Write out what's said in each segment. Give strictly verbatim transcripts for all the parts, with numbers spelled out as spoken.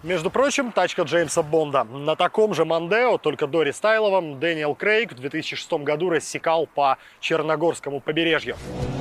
Между прочим, тачка Джеймса Бонда. На таком же Мондео, только дорестайловом, Дэниел Крейг в две тысячи шестом году рассекал по Черногорскому побережью.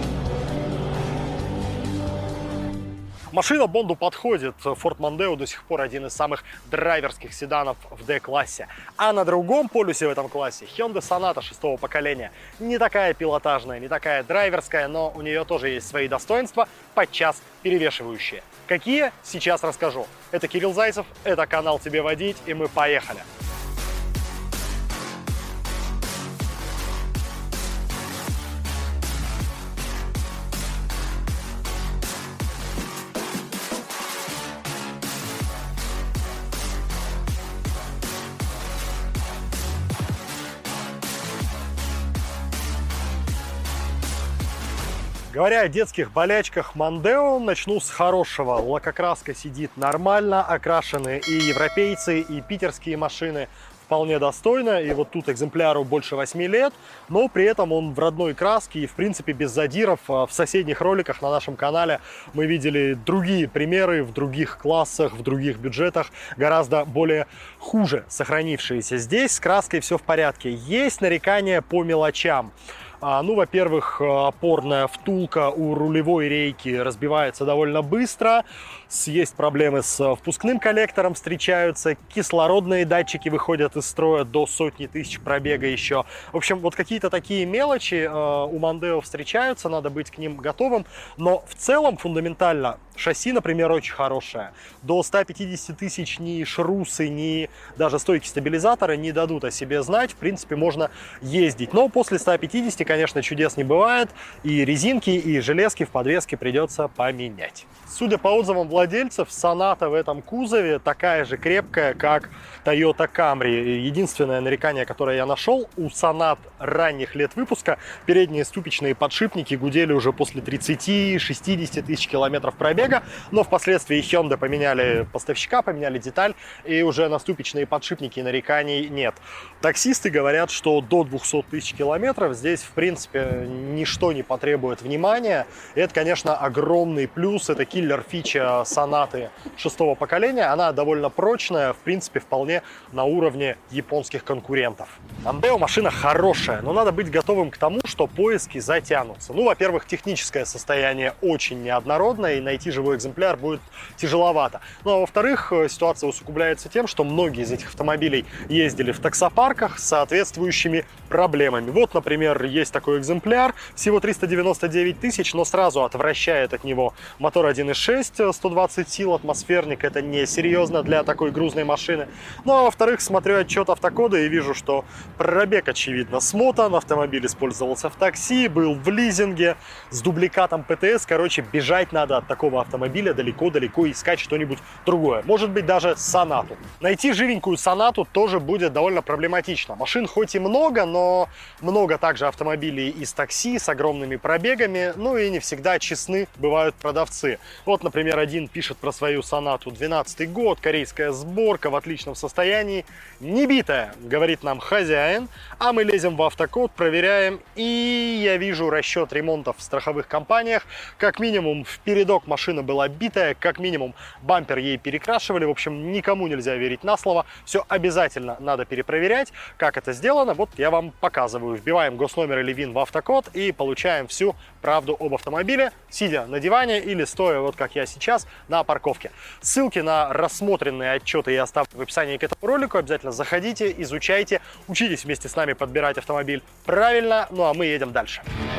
Машина Бонду подходит. Ford Mondeo до сих пор один из самых драйверских седанов в D-классе. А на другом полюсе в этом классе Hyundai Sonata шестого поколения. Не такая пилотажная, не такая драйверская, но у нее тоже есть свои достоинства, подчас перевешивающие. Какие? Сейчас расскажу. Это Кирилл Зайцев, это канал «Тебе водить», и мы поехали. Говоря о детских болячках Мондео, начну с хорошего. Лакокраска сидит нормально, окрашены и европейцы, и питерские машины вполне достойно. И вот тут экземпляру больше восьми лет, но при этом он в родной краске и в принципе без задиров. В соседних роликах на нашем канале мы видели другие примеры в других классах, в других бюджетах, гораздо более хуже сохранившиеся. Здесь с краской все в порядке. Есть нарекания по мелочам. Ну, во-первых, опорная втулка у рулевой рейки разбивается довольно быстро. Есть проблемы с впускным коллектором, встречаются. Кислородные датчики выходят из строя до сотни тысяч пробега еще. В общем, вот какие-то такие мелочи у Мондео встречаются, надо быть к ним готовым. Но в целом, фундаментально, шасси, например, очень хорошее. До ста пятидесяти тысяч ни шрусы, ни даже стойки стабилизатора не дадут о себе знать. В принципе, можно ездить. Но после ста пятидесяти, конечно, чудес не бывает. И резинки, и железки в подвеске придется поменять. Судя по отзывам владельцев, Sonata в этом кузове такая же крепкая, как Toyota Camry. Единственное нарекание, которое я нашел, у Sonat ранних лет выпуска передние ступичные подшипники гудели уже после тридцати-шестидесяти тысяч километров пробега, но впоследствии Hyundai поменяли поставщика, поменяли деталь, и уже на ступичные подшипники нареканий нет. Таксисты говорят, что до двухсот тысяч километров здесь, в принципе, ничто не потребует внимания. И это, конечно, огромный плюс, это киллер-фича Sonata шестого поколения. Она довольно прочная, в принципе, вполне на уровне японских конкурентов. Mondeo машина хорошая, но надо быть готовым к тому, что поиски затянутся. Ну, во-первых, техническое состояние очень неоднородное, и найти живой экземпляр будет тяжеловато. Ну, а во-вторых, ситуация усугубляется тем, что многие из этих автомобилей ездили в таксопарках с соответствующими проблемами. Вот, например, есть такой экземпляр, всего триста девяносто девять тысяч, но сразу отвращает от него мотор один и шесть, сто двадцать сил, атмосферник. Это несерьезно для такой грузной машины. Ну, а во-вторых, смотрю отчет автокода и вижу, что пробег, очевидно, смотан, автомобиль использовался в такси, был в лизинге, с дубликатом ПТС. Короче, бежать надо от такого автомобиля далеко-далеко, искать что-нибудь другое. Может быть, даже Сонату. Найти живенькую Сонату тоже будет довольно проблематично. Машин хоть и много, но много также автомобилей из такси с огромными пробегами, ну и не всегда честны бывают продавцы. Вот, например, один пишет про свою Сонату, двенадцатый год, корейская сборка, в отличном состоянии, не битая, говорит нам хозяин, а мы лезем в автокод, проверяем, и я вижу расчет ремонтов в страховых компаниях. Как минимум, в передок машина была битая, как минимум, бампер ей перекрашивали. В общем, никому нельзя верить на слово, все обязательно надо перепроверять. Как это сделано, вот я вам показываю. Вбиваем госномер или ВИН в автокод и получаем всю правду об автомобиле, сидя на диване или стоя, вот как я сейчас, на парковке. Ссылки на рассмотренные отчеты я оставлю в описании к этому ролику. Обязательно заходите, изучайте, учитесь вместе с нами подбирать автомобиль правильно. Ну а мы едем дальше.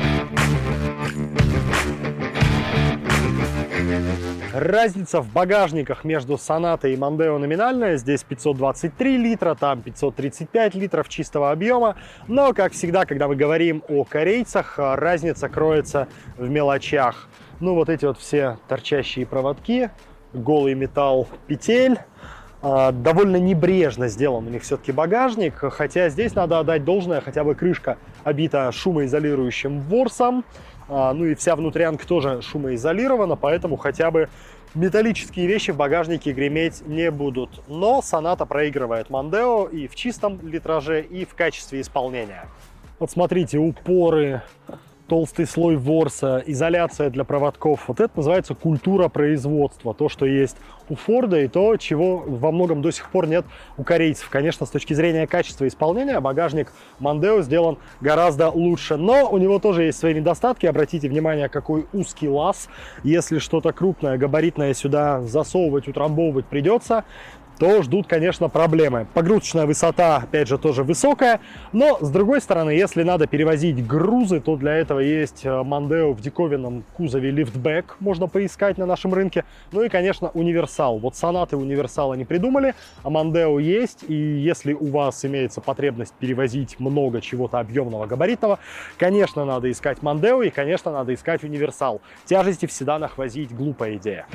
Разница в багажниках между Sonata и Mondeo номинальная. Здесь пятьсот двадцать три литра, там пятьсот тридцать пять литров чистого объема. Но, как всегда, когда мы говорим о корейцах, разница кроется в мелочах. Ну, вот эти вот все торчащие проводки, голый металл петель. Довольно небрежно сделан у них все-таки багажник, хотя здесь надо отдать должное, хотя бы крышка обита шумоизолирующим ворсом. Ну и вся внутрянка тоже шумоизолирована, поэтому хотя бы металлические вещи в багажнике греметь не будут. Но Sonata проигрывает Mondeo и в чистом литраже, и в качестве исполнения. Вот смотрите, упоры толстый слой ворса, изоляция для проводков. Вот это называется культура производства. То, что есть у Форда, и то, чего во многом до сих пор нет у корейцев. Конечно, с точки зрения качества исполнения, багажник Mondeo сделан гораздо лучше. Но у него тоже есть свои недостатки. Обратите внимание, какой узкий лаз. Если что-то крупное, габаритное сюда засовывать, утрамбовывать придется, то ждут, конечно, проблемы. Погрузочная высота, опять же, тоже высокая. Но, с другой стороны, если надо перевозить грузы, то для этого есть Mondeo в диковинном кузове лифтбэк. Можно поискать на нашем рынке. Ну и, конечно, универсал. Вот Сонаты универсала не придумали, а Mondeo есть. И если у вас имеется потребность перевозить много чего-то объемного, габаритного, конечно, надо искать Mondeo и, конечно, надо искать универсал. Тяжести в седанах возить — глупая идея.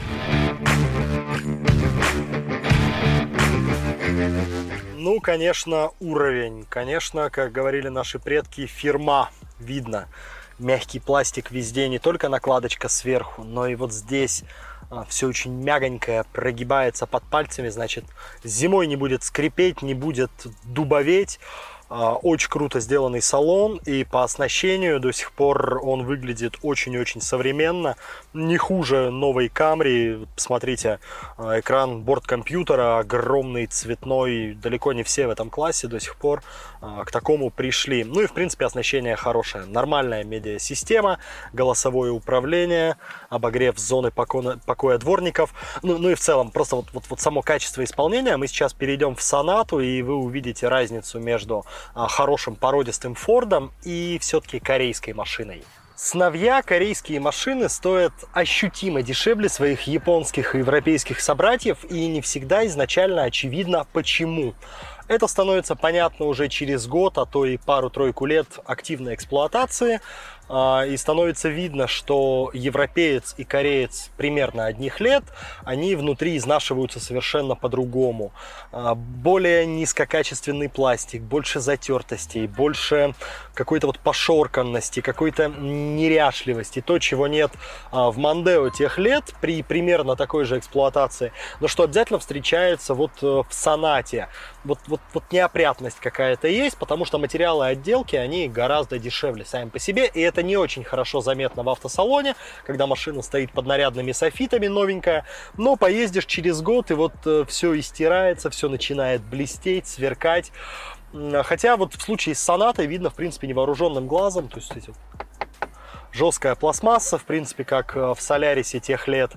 Ну, конечно, уровень. Конечно, как говорили наши предки, фирма. Видно. Мягкий пластик везде, не только накладочка сверху, но и вот здесь а, все очень мягонькое, прогибается под пальцами, значит, зимой не будет скрипеть, не будет дубоветь. Очень круто сделанный салон, и по оснащению до сих пор он выглядит очень-очень современно, не хуже новой Camry. Смотрите, экран борт-компьютера огромный, цветной, далеко не все в этом классе до сих пор к такому пришли. Ну и в принципе оснащение хорошее, нормальная медиасистема, голосовое управление, обогрев зоны покоя, покоя дворников. Ну, ну и в целом просто вот, вот, вот само качество исполнения. Мы сейчас перейдем в Сонату, и вы увидите разницу между хорошим породистым Фордом и все-таки корейской машиной. Сновья корейские машины стоят ощутимо дешевле своих японских и европейских собратьев, и не всегда изначально очевидно почему. Это становится понятно уже через год, а то и пару-тройку лет активной эксплуатации. И становится видно, что европеец и кореец примерно одних лет, они внутри изнашиваются совершенно по-другому. Более низкокачественный пластик, больше затертостей, больше какой-то вот пошорканности, какой-то неряшливости. То, чего нет в Mondeo тех лет при примерно такой же эксплуатации, но что обязательно встречается вот в Сонате. Вот, вот, вот неопрятность какая-то есть, потому что материалы отделки, они гораздо дешевле сами по себе, и это не очень хорошо заметно в автосалоне, когда машина стоит под нарядными софитами, новенькая, но поездишь через год, и вот все истирается, все начинает блестеть, сверкать. Хотя вот в случае с Сонатой видно, в принципе, невооруженным глазом, то есть эти жесткая пластмасса, в принципе, как в Солярисе тех лет.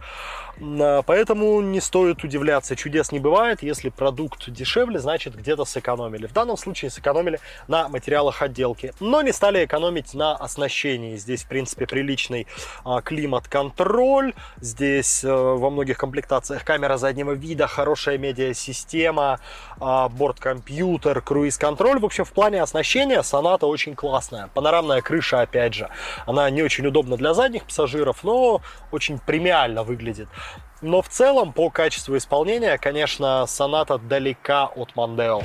Поэтому не стоит удивляться, чудес не бывает. Если продукт дешевле, значит где-то сэкономили. В данном случае сэкономили на материалах отделки, но не стали экономить на оснащении. Здесь, в принципе, приличный климат-контроль. Здесь во многих комплектациях камера заднего вида, хорошая медиасистема, борт-компьютер, круиз-контроль. В общем, в плане оснащения Соната очень классная. Панорамная крыша, опять же, она не очень удобна для задних пассажиров, но очень премиально выглядит. Но в целом, по качеству исполнения, конечно, Соната далека от Mondeo.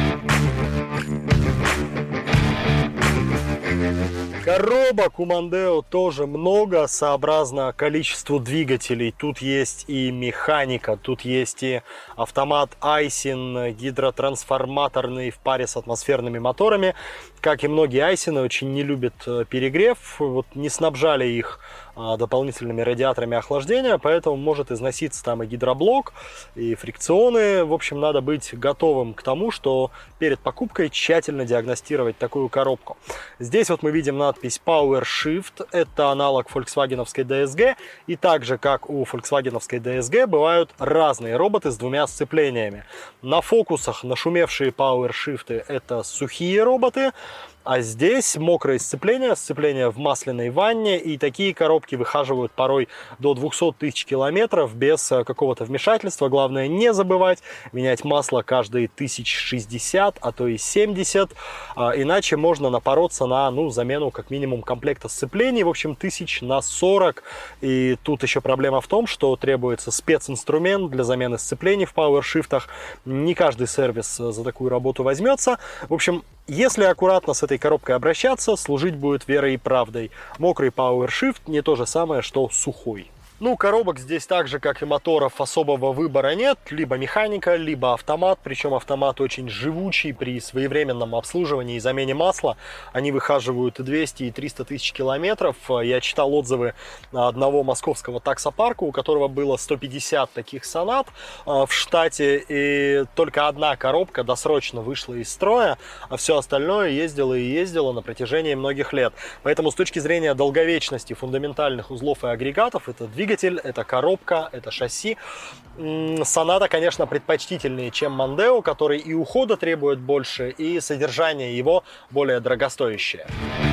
Коробок у Mondeo тоже много, сообразно количеству двигателей. Тут есть и механика, тут есть и автомат Aisin, гидротрансформаторный в паре с атмосферными моторами. Как и многие Aisin, очень не любят перегрев, вот не снабжали их дополнительными радиаторами охлаждения, поэтому может износиться там и гидроблок, и фрикционы. В общем, надо быть готовым к тому, что перед покупкой тщательно диагностировать такую коробку. Здесь вот мы видим надпись PowerShift, это аналог фольксвагеновской ди эс джи, и так же, как у фольксвагеновской ди эс джи, бывают разные роботы с двумя сцеплениями. На фокусах нашумевшие PowerShift это сухие роботы, а здесь мокрое сцепление, сцепление в масляной ванне, и такие коробки выхаживают порой до двухсот тысяч километров без какого-то вмешательства. Главное не забывать менять масло каждые тысяч шестьдесят, а то и семьдесят, иначе можно напороться на ну, замену как минимум комплекта сцеплений, в общем, тысяч на сорок. И тут еще проблема в том, что требуется специнструмент для замены сцеплений в PowerShift'ах. Не каждый сервис за такую работу возьмется. В общем, если аккуратно с этой коробкой обращаться, служить будет верой и правдой. Мокрый PowerShift не то же самое, что сухой. Ну, коробок здесь так же, как и моторов, особого выбора нет. Либо механика, либо автомат. Причем автомат очень живучий. При своевременном обслуживании и замене масла они выхаживают и двести, и триста тысяч километров. Я читал отзывы одного московского таксопарка, у которого было сто пятьдесят таких Сонат в штате. И только одна коробка досрочно вышла из строя, а все остальное ездило и ездило на протяжении многих лет. Поэтому с точки зрения долговечности фундаментальных узлов и агрегатов, это двигатель, Двигатель, это коробка, это шасси. Соната, конечно, предпочтительнее, чем Mondeo, который и ухода требует больше, и содержание его более дорогостоящее.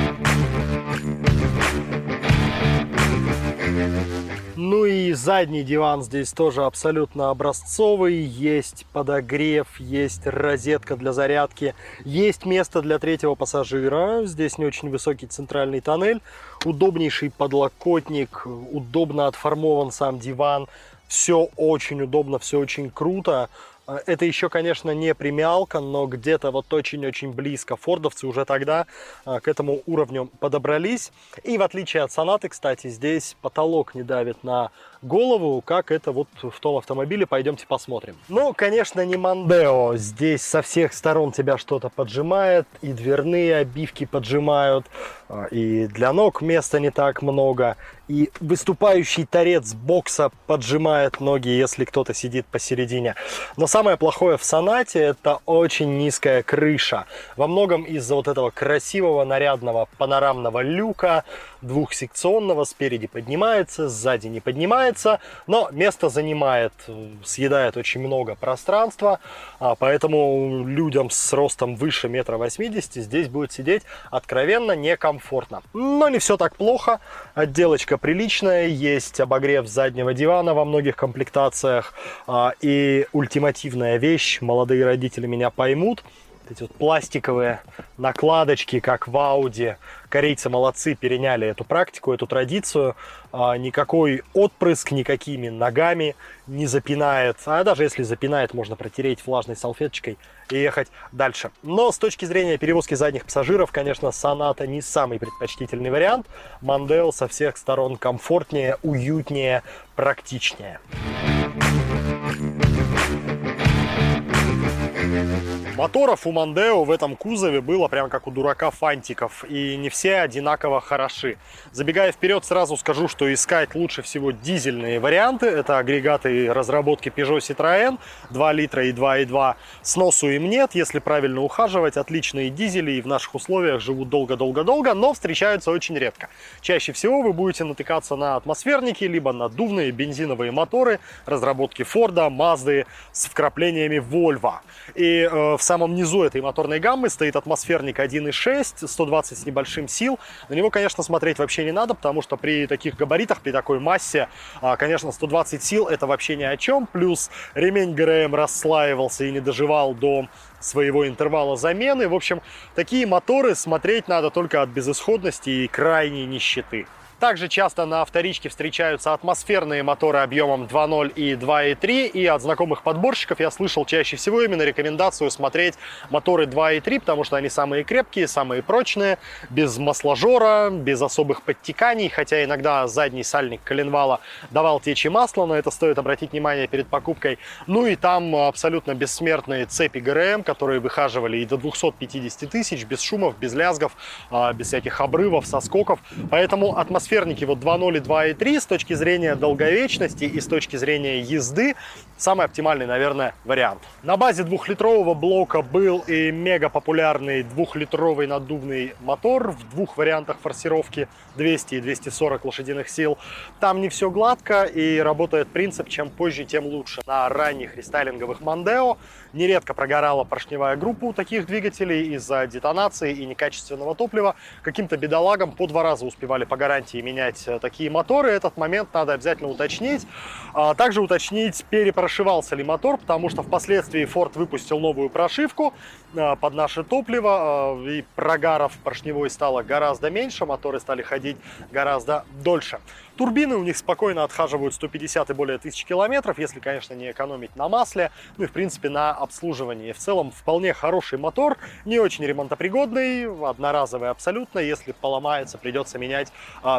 Ну и задний диван здесь тоже абсолютно образцовый. Есть подогрев, есть розетка для зарядки, есть место для третьего пассажира. Здесь не очень высокий центральный тоннель, удобнейший подлокотник, удобно отформован сам диван. Все очень удобно, все очень круто. Это еще, конечно, не премиалка, но где-то вот очень-очень близко. Фордовцы уже тогда к этому уровню подобрались. И в отличие от Сонаты, кстати, здесь потолок не давит на голову, как это вот в том автомобиле. Пойдемте посмотрим. Ну, конечно, не Mondeo. Здесь со всех сторон тебя что-то поджимает, и дверные обивки поджимают, и для ног места не так много, и выступающий торец бокса поджимает ноги, если кто-то сидит посередине. Но самое плохое в Сонате — это очень низкая крыша. Во многом из-за вот этого красивого нарядного панорамного люка, двухсекционного, спереди поднимается, сзади не поднимается, но место занимает, съедает очень много пространства, поэтому людям с ростом выше метра восьмидесяти здесь будет сидеть откровенно некомфортно. Но не все так плохо, отделочка приличная, есть обогрев заднего дивана во многих комплектациях, и ультимативная вещь, молодые родители меня поймут, эти вот пластиковые накладочки, как в Audi. Корейцы молодцы, переняли эту практику, эту традицию. Никакой отпрыск никакими ногами не запинает. А даже если запинает, можно протереть влажной салфеточкой и ехать дальше. Но с точки зрения перевозки задних пассажиров, конечно, Соната не самый предпочтительный вариант. Mondeo со всех сторон комфортнее, уютнее, практичнее. Моторов у Mondeo в этом кузове было прям как у дурака фантиков, и не все одинаково хороши. Забегая вперед, сразу скажу, что искать лучше всего дизельные варианты. Это агрегаты разработки Peugeot Citroën, два литра и два и два. Сносу им нет, если правильно ухаживать. Отличные дизели и в наших условиях живут долго-долго-долго, но встречаются очень редко. Чаще всего вы будете натыкаться на атмосферники, либо наддувные бензиновые моторы разработки Ford, Mazda с вкраплениями Volvo. И э, в самом низу этой моторной гаммы стоит атмосферник один и шесть, сто двадцать с небольшим сил. На него, конечно, смотреть вообще не надо, потому что при таких габаритах, при такой массе, конечно, сто двадцать сил это вообще ни о чем. Плюс ремень ГРМ расслаивался и не доживал до своего интервала замены. В общем, такие моторы смотреть надо только от безысходности и крайней нищеты. Также часто на вторичке встречаются атмосферные моторы объемом два ноль и два и три, и от знакомых подборщиков я слышал чаще всего именно рекомендацию смотреть моторы два и три, потому что они самые крепкие, самые прочные, без масложора, без особых подтеканий, хотя иногда задний сальник коленвала давал течь и масло, но это стоит обратить внимание перед покупкой. Ну и там абсолютно бессмертные цепи ГРМ, которые выхаживали и до двухсот пятидесяти тысяч, без шумов, без лязгов, без всяких обрывов, соскоков, поэтому атмосфера вот два ноль и два и три с точки зрения долговечности и с точки зрения езды самый оптимальный, наверное, вариант. На базе двухлитрового блока был и мега популярный двухлитровый наддувный мотор в двух вариантах форсировки двести и двести сорок лошадиных сил. Там не все гладко и работает принцип «чем позже, тем лучше». На ранних рестайлинговых Mondeo нередко прогорала поршневая группа у таких двигателей из-за детонации и некачественного топлива. Каким-то бедолагам по два раза успевали по гарантии менять такие моторы. Этот момент надо обязательно уточнить. А также уточнить, перепрошивался ли мотор, потому что впоследствии Ford выпустил новую прошивку под наше топливо, и прогаров поршневой стало гораздо меньше, моторы стали ходить гораздо дольше. Турбины у них спокойно отхаживают сто пятьдесят и более тысяч километров, если, конечно, не экономить на масле, ну и, в принципе, на обслуживании. В целом, вполне хороший мотор, не очень ремонтопригодный, одноразовый абсолютно. Если поломается, придется менять а,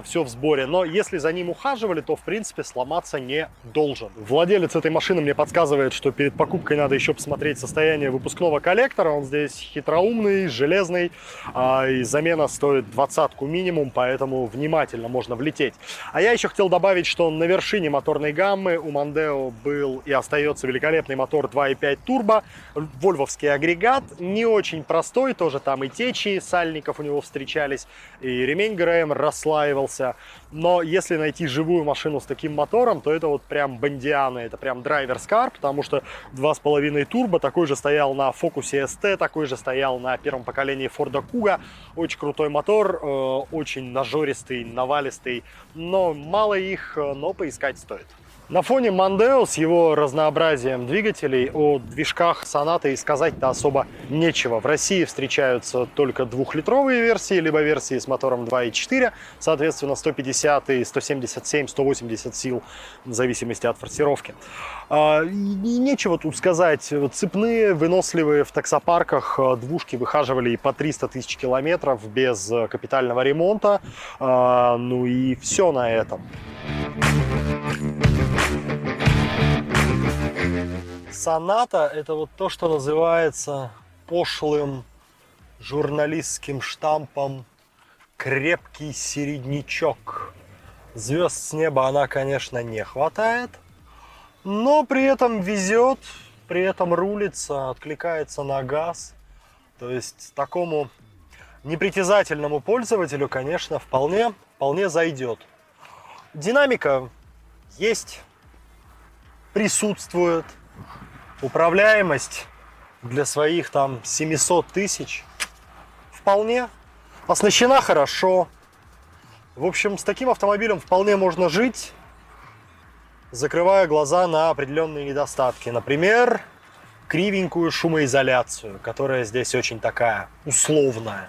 все в сборе. Но если за ним ухаживали, то, в принципе, сломаться не должен. Владелец этой машины мне подсказывает, что перед покупкой надо еще посмотреть состояние выпускного коллектора. Он здесь хитроумный, железный, и замена стоит двадцатку минимум, поэтому внимательно можно влететь. А я еще хотел добавить, что на вершине моторной гаммы у Mondeo был и остается великолепный мотор два и пять турбо, вольвовский агрегат, не очень простой, тоже там и течи сальников у него встречались, и ремень ГРМ расслаивался. Но если найти живую машину с таким мотором, то это вот прям бондианы, это прям драйверс кар, потому что два с половиной турбо, такой же стоял на Focus эс ти, такой же стоял на первом поколении Ford Kuga. Очень крутой мотор, э, очень нажористый, навалистый, но мало их, но поискать стоит. На фоне Mondeo с его разнообразием двигателей о движках Sonata и сказать-то особо нечего. В России встречаются только двухлитровые версии, либо версии с мотором два и четыре, соответственно сто пятьдесят и сто семьдесят семь сто восемьдесят сил, в зависимости от форсировки. И нечего тут сказать. Цепные, выносливые в таксопарках двушки выхаживали и по триста тысяч километров без капитального ремонта. Ну и все на этом. Sonata — это вот то, что называется пошлым журналистским штампом крепкий середнячок. Звезд с неба она, конечно, не хватает, но при этом везет, при этом рулится, откликается на газ. То есть такому непритязательному пользователю, конечно, вполне, вполне зайдет. Динамика есть, присутствует. Управляемость для своих там семисот тысяч вполне. Оснащена хорошо. В общем, с таким автомобилем вполне можно жить, закрывая глаза на определенные недостатки. Например, кривенькую шумоизоляцию, которая здесь очень такая условная.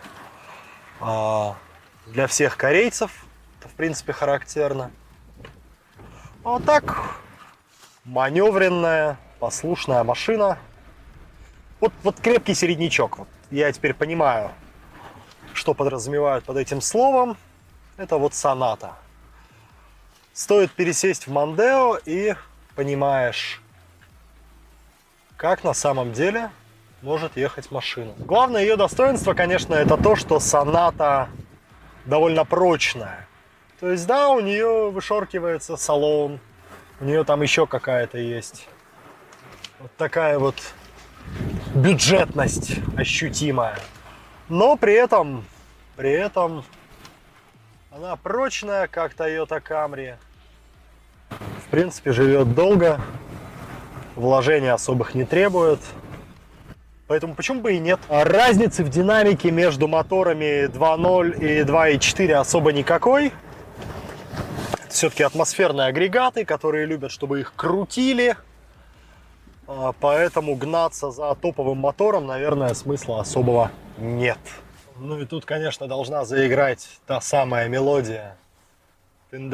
Для всех корейцев это, в принципе, характерно. А так, маневренная, послушная машина. Вот, вот крепкий середнячок. Вот я теперь понимаю, что подразумевают под этим словом. Это вот Sonata. Стоит пересесть в Mondeo и понимаешь, как на самом деле может ехать машина. Главное ее достоинство, конечно, это то, что Sonata довольно прочная. То есть, да, у нее вышоркивается салон, у нее там еще какая-то есть вот такая вот бюджетность ощутимая. Но при этом, при этом она прочная, как Toyota Camry. В принципе, живет долго, вложений особых не требует. Поэтому почему бы и нет? Разницы в динамике между моторами два ноль и два и четыре особо никакой. Все-таки атмосферные агрегаты, которые любят, чтобы их крутили. Поэтому гнаться за топовым мотором, наверное, смысла особого нет. Ну и тут, конечно, должна заиграть та самая мелодия. Не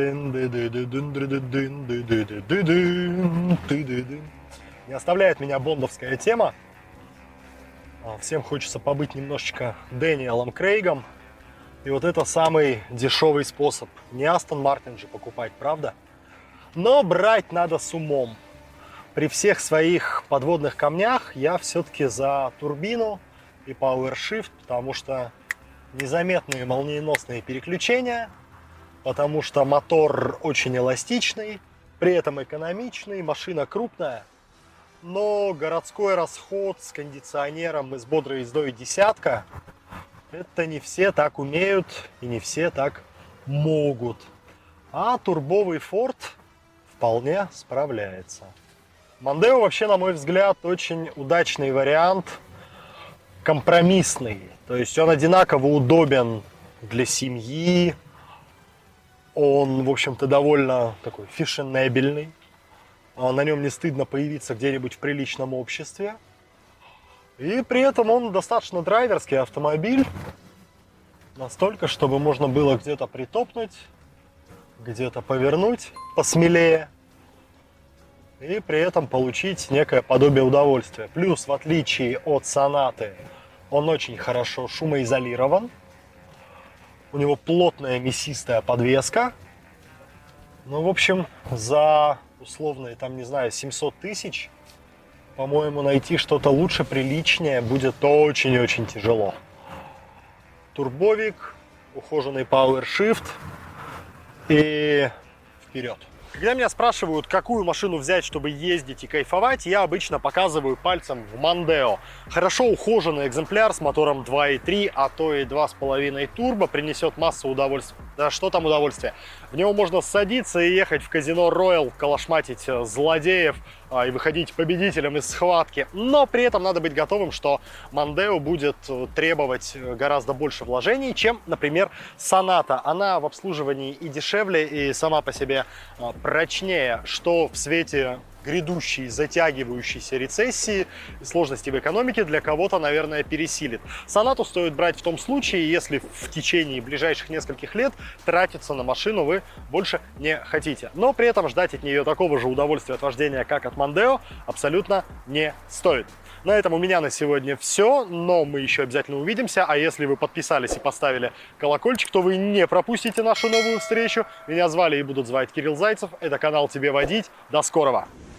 оставляет меня бондовская тема. Всем хочется побыть немножечко Дэниелом Крейгом. И вот это самый дешевый способ. Не Астон Мартин же покупать, правда? Но брать надо с умом. При всех своих подводных камнях я все-таки за турбину и PowerShift, потому что незаметные молниеносные переключения, потому что мотор очень эластичный, при этом экономичный, машина крупная, но городской расход с кондиционером и с бодрой ездой десятка, это не все так умеют и не все так могут. А турбовый Ford вполне справляется. Mondeo вообще, на мой взгляд, очень удачный вариант, компромиссный. То есть он одинаково удобен для семьи, он, в общем-то, довольно такой фешенебельный, на нем не стыдно появиться где-нибудь в приличном обществе. И при этом он достаточно драйверский автомобиль, настолько, чтобы можно было где-то притопнуть, где-то повернуть посмелее. И при этом получить некое подобие удовольствия. Плюс, в отличие от Sonata, он очень хорошо шумоизолирован. У него плотная мясистая подвеска. Ну, в общем, за условные, там, не знаю, семьсот тысяч, по-моему, найти что-то лучше, приличнее будет очень-очень тяжело. Турбовик, ухоженный PowerShift и вперед. Когда меня спрашивают, какую машину взять, чтобы ездить и кайфовать, я обычно показываю пальцем в Mondeo. Хорошо ухоженный экземпляр с мотором два и три, а то и два с половиной турбо принесет массу удовольствия. Да что там удовольствие? В него можно садиться и ехать в казино Royal, калашматить злодеев а, и выходить победителем из схватки. Но при этом надо быть готовым, что Mondeo будет требовать гораздо больше вложений, чем, например, Sonata. Она в обслуживании и дешевле, и сама по себе а, прочнее, что в свете грядущей, затягивающейся рецессии и сложности в экономике для кого-то, наверное, пересилит. Сонату стоит брать в том случае, если в течение ближайших нескольких лет тратиться на машину вы больше не хотите. Но при этом ждать от нее такого же удовольствия от вождения, как от Mondeo, абсолютно не стоит. На этом у меня на сегодня все, но мы еще обязательно увидимся. А если вы подписались и поставили колокольчик, то вы не пропустите нашу новую встречу. Меня звали и будут звать Кирилл Зайцев. Это канал «Тебе водить». До скорого!